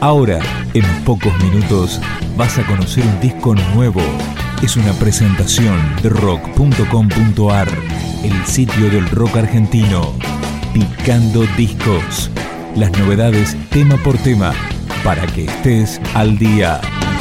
Ahora, en pocos minutos, vas a conocer un disco nuevo. Es una presentación de rock.com.ar, el sitio del rock argentino. Picando discos. Las novedades tema por tema, para que estés al día.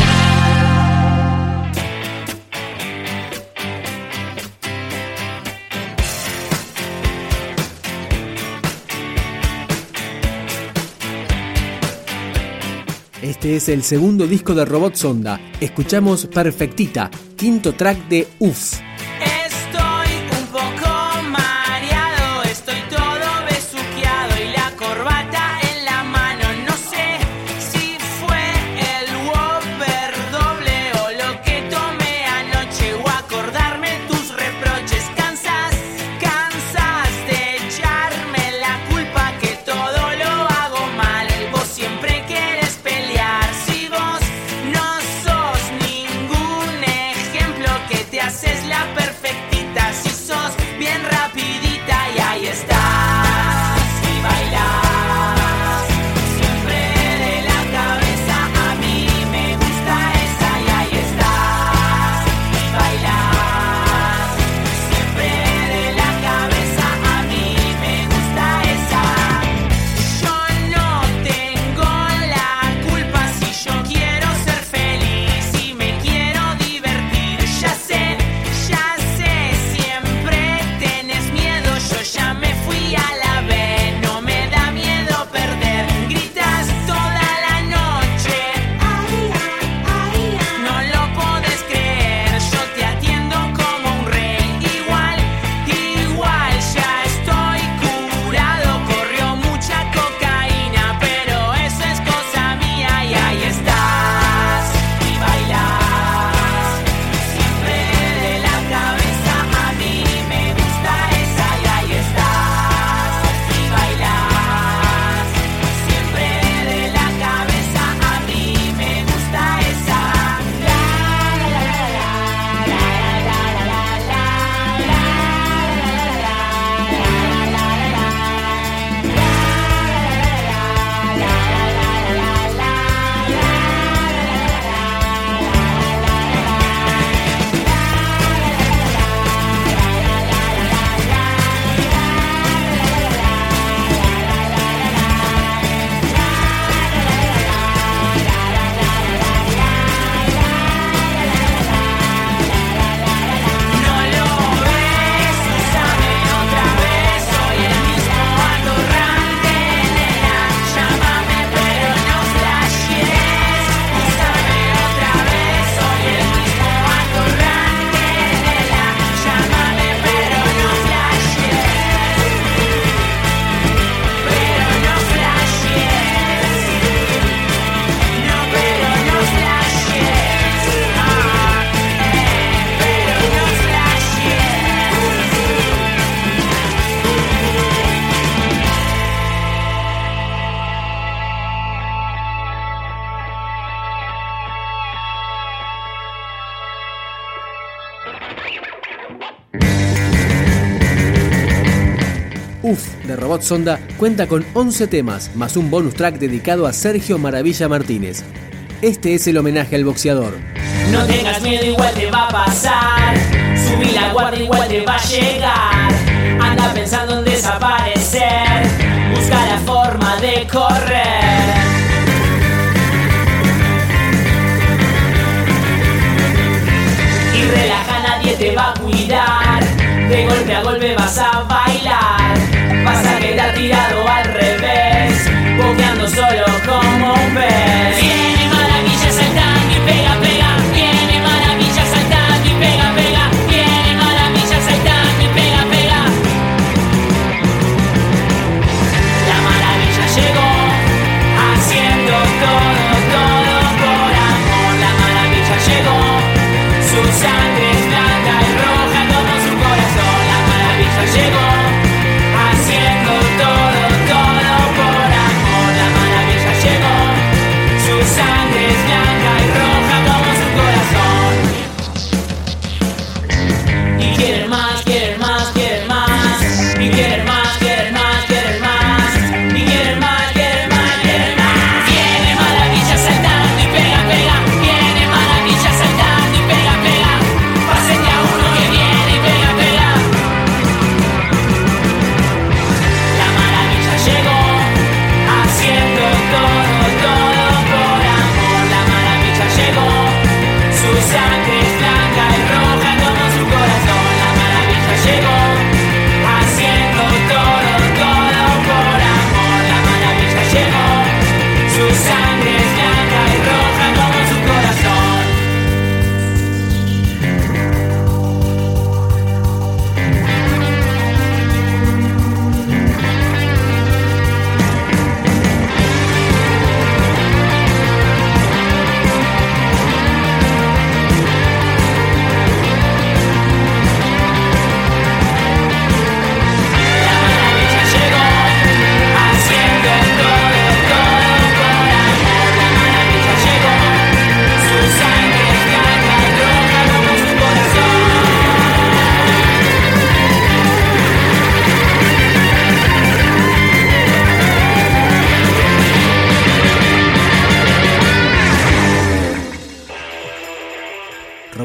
Este es el segundo disco de Robot Sonda. Escuchamos Perfectita, quinto track de Uf. Estoy un poco mareado, estoy todo besuqueado y la corbata en la mano. No sé si fue el Whopper doble o lo que tomé anoche o acordarme tus reproches. Cansas de echarme la culpa que todo lo hago mal. Vos siempre querés pelear. Si vos no sos ningún ejemplo que te haces la perfectita, si sos bien rapidita y ahí estás y bailás siempre de la cabeza. A mí me gusta esa y ahí estás y bailás siempre de la cabeza. A mí me gusta esa. Yo no tengo la culpa si yo quiero ser feliz y me quiero divertir. Ya sé, siempre tenés miedo. Yo ya me fui a la B, no me da miedo perder. Gritas toda la noche, no lo podés creer. Yo te atiendo como un rey. Igual, ya estoy curado. Corrió mucha cocaína, pero eso es cosa mía. Y ahí estás y bailás siempre de la cabeza. A mí me gusta esa y ahí estás y bailás siempre de la cabeza. A mí me gusta esa. No lo ves, úsame otra vez. Soy el mismo atorrante, nena. Llámame pero no flashes. Úsame otra vez. Soy el mismo atorrante, nena. Llámame pero no flashes. Pero no flashes. No, pero no flashes. Pero no flashes. Uf, de Robot Sonda, cuenta con 11 temas, más un bonus track dedicado a Sergio Maravilla Martínez. Este es el homenaje al boxeador. No tengas miedo, igual te va a pasar. Subí la guardia, igual te va a llegar. Anda pensando en desaparecer. Busca la forma de correr. Y relaja, nadie te va a cuidar. De golpe a golpe vas a bailar. Vas a quedar tirado al revés, boqueando solo como un pez. Viene maravilla saltando y pega, pega. Viene maravilla saltando y pega, pega. Viene maravilla saltando y pega, pega. La maravilla llegó, haciendo todo por amor. La maravilla llegó, su sangre es blanca y roja como su corazón. La maravilla llegó, haciendo todo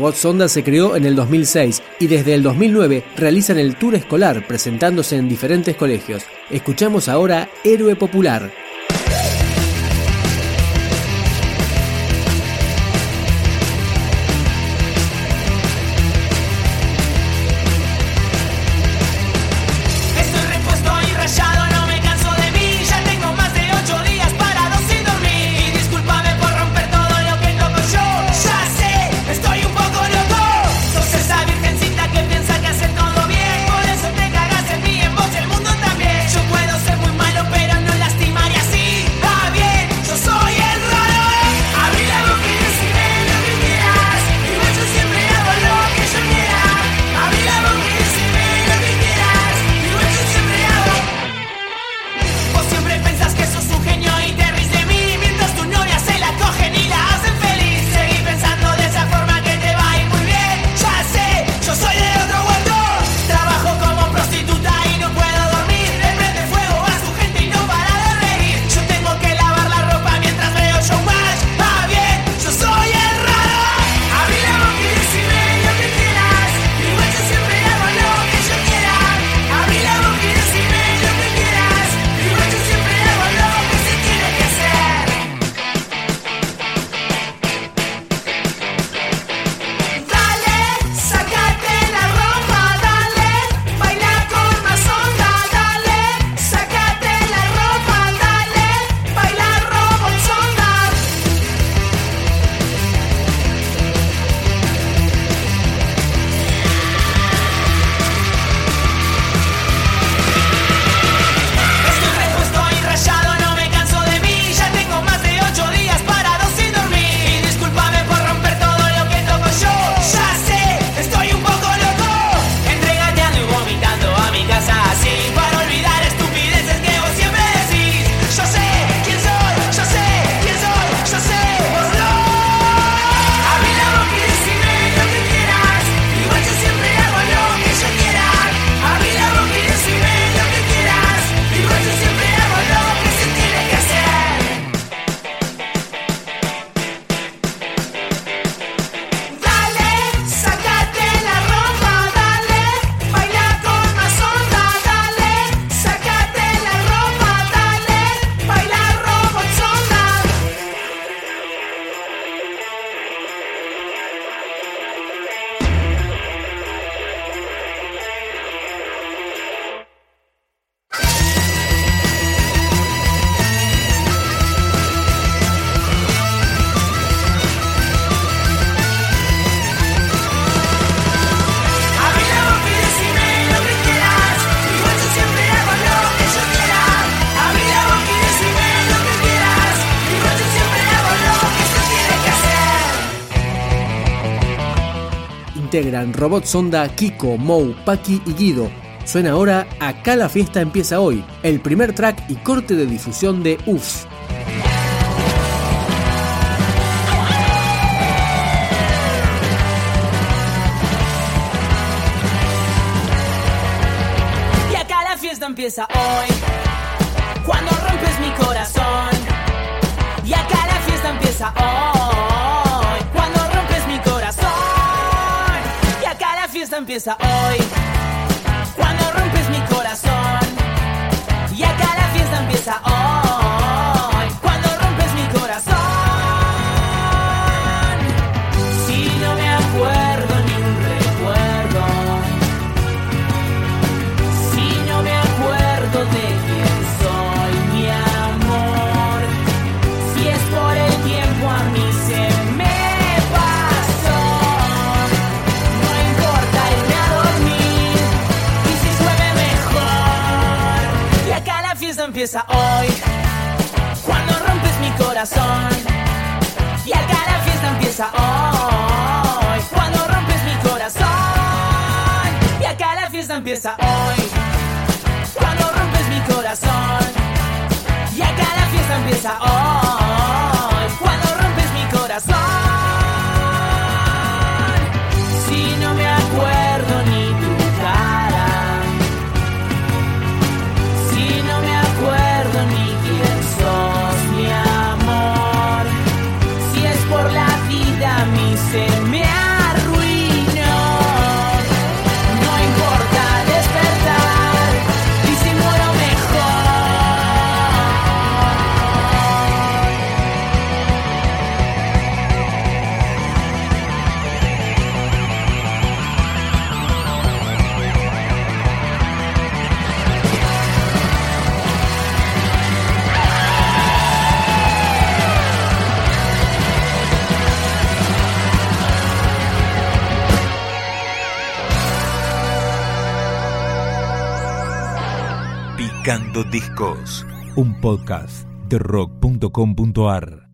Robot Sonda se creó en el 2006 y desde el 2009 realizan el tour escolar presentándose en diferentes colegios. Escuchamos ahora Héroe Popular. Integran Robot Sonda, Kiko, Mou, Paki y Guido. Suena ahora Acá la fiesta empieza hoy, el primer track y corte de difusión de UFS. Y acá la fiesta empieza hoy, cuando rompes mi corazón. Y acá la fiesta empieza hoy, cuando rompes mi corazón. Y acá la fiesta empieza hoy, cuando rompes mi corazón. Y acá la fiesta empieza hoy, cuando rompes mi corazón. Si no me acuerdo ni un recuerdo, si no me acuerdo de quién soy, mi amor, si es por el tiempo a mí se me pasó. No importa irme a dormir, y si llueve mejor. Y acá la fiesta empieza hoy, cuando rompes mi corazón. Y acá la fiesta empieza hoy, cuando rompes mi corazón. Y acá la fiesta empieza hoy, cuando rompes mi corazón. Y acá la fiesta empieza hoy, cuando rompes mi corazón. Si no me acuerdo ni tu cara, si no me acuerdo ni quién sos, mi amor, si es por la vida a mí se me arruina. Discos, un podcast de rock.com.ar.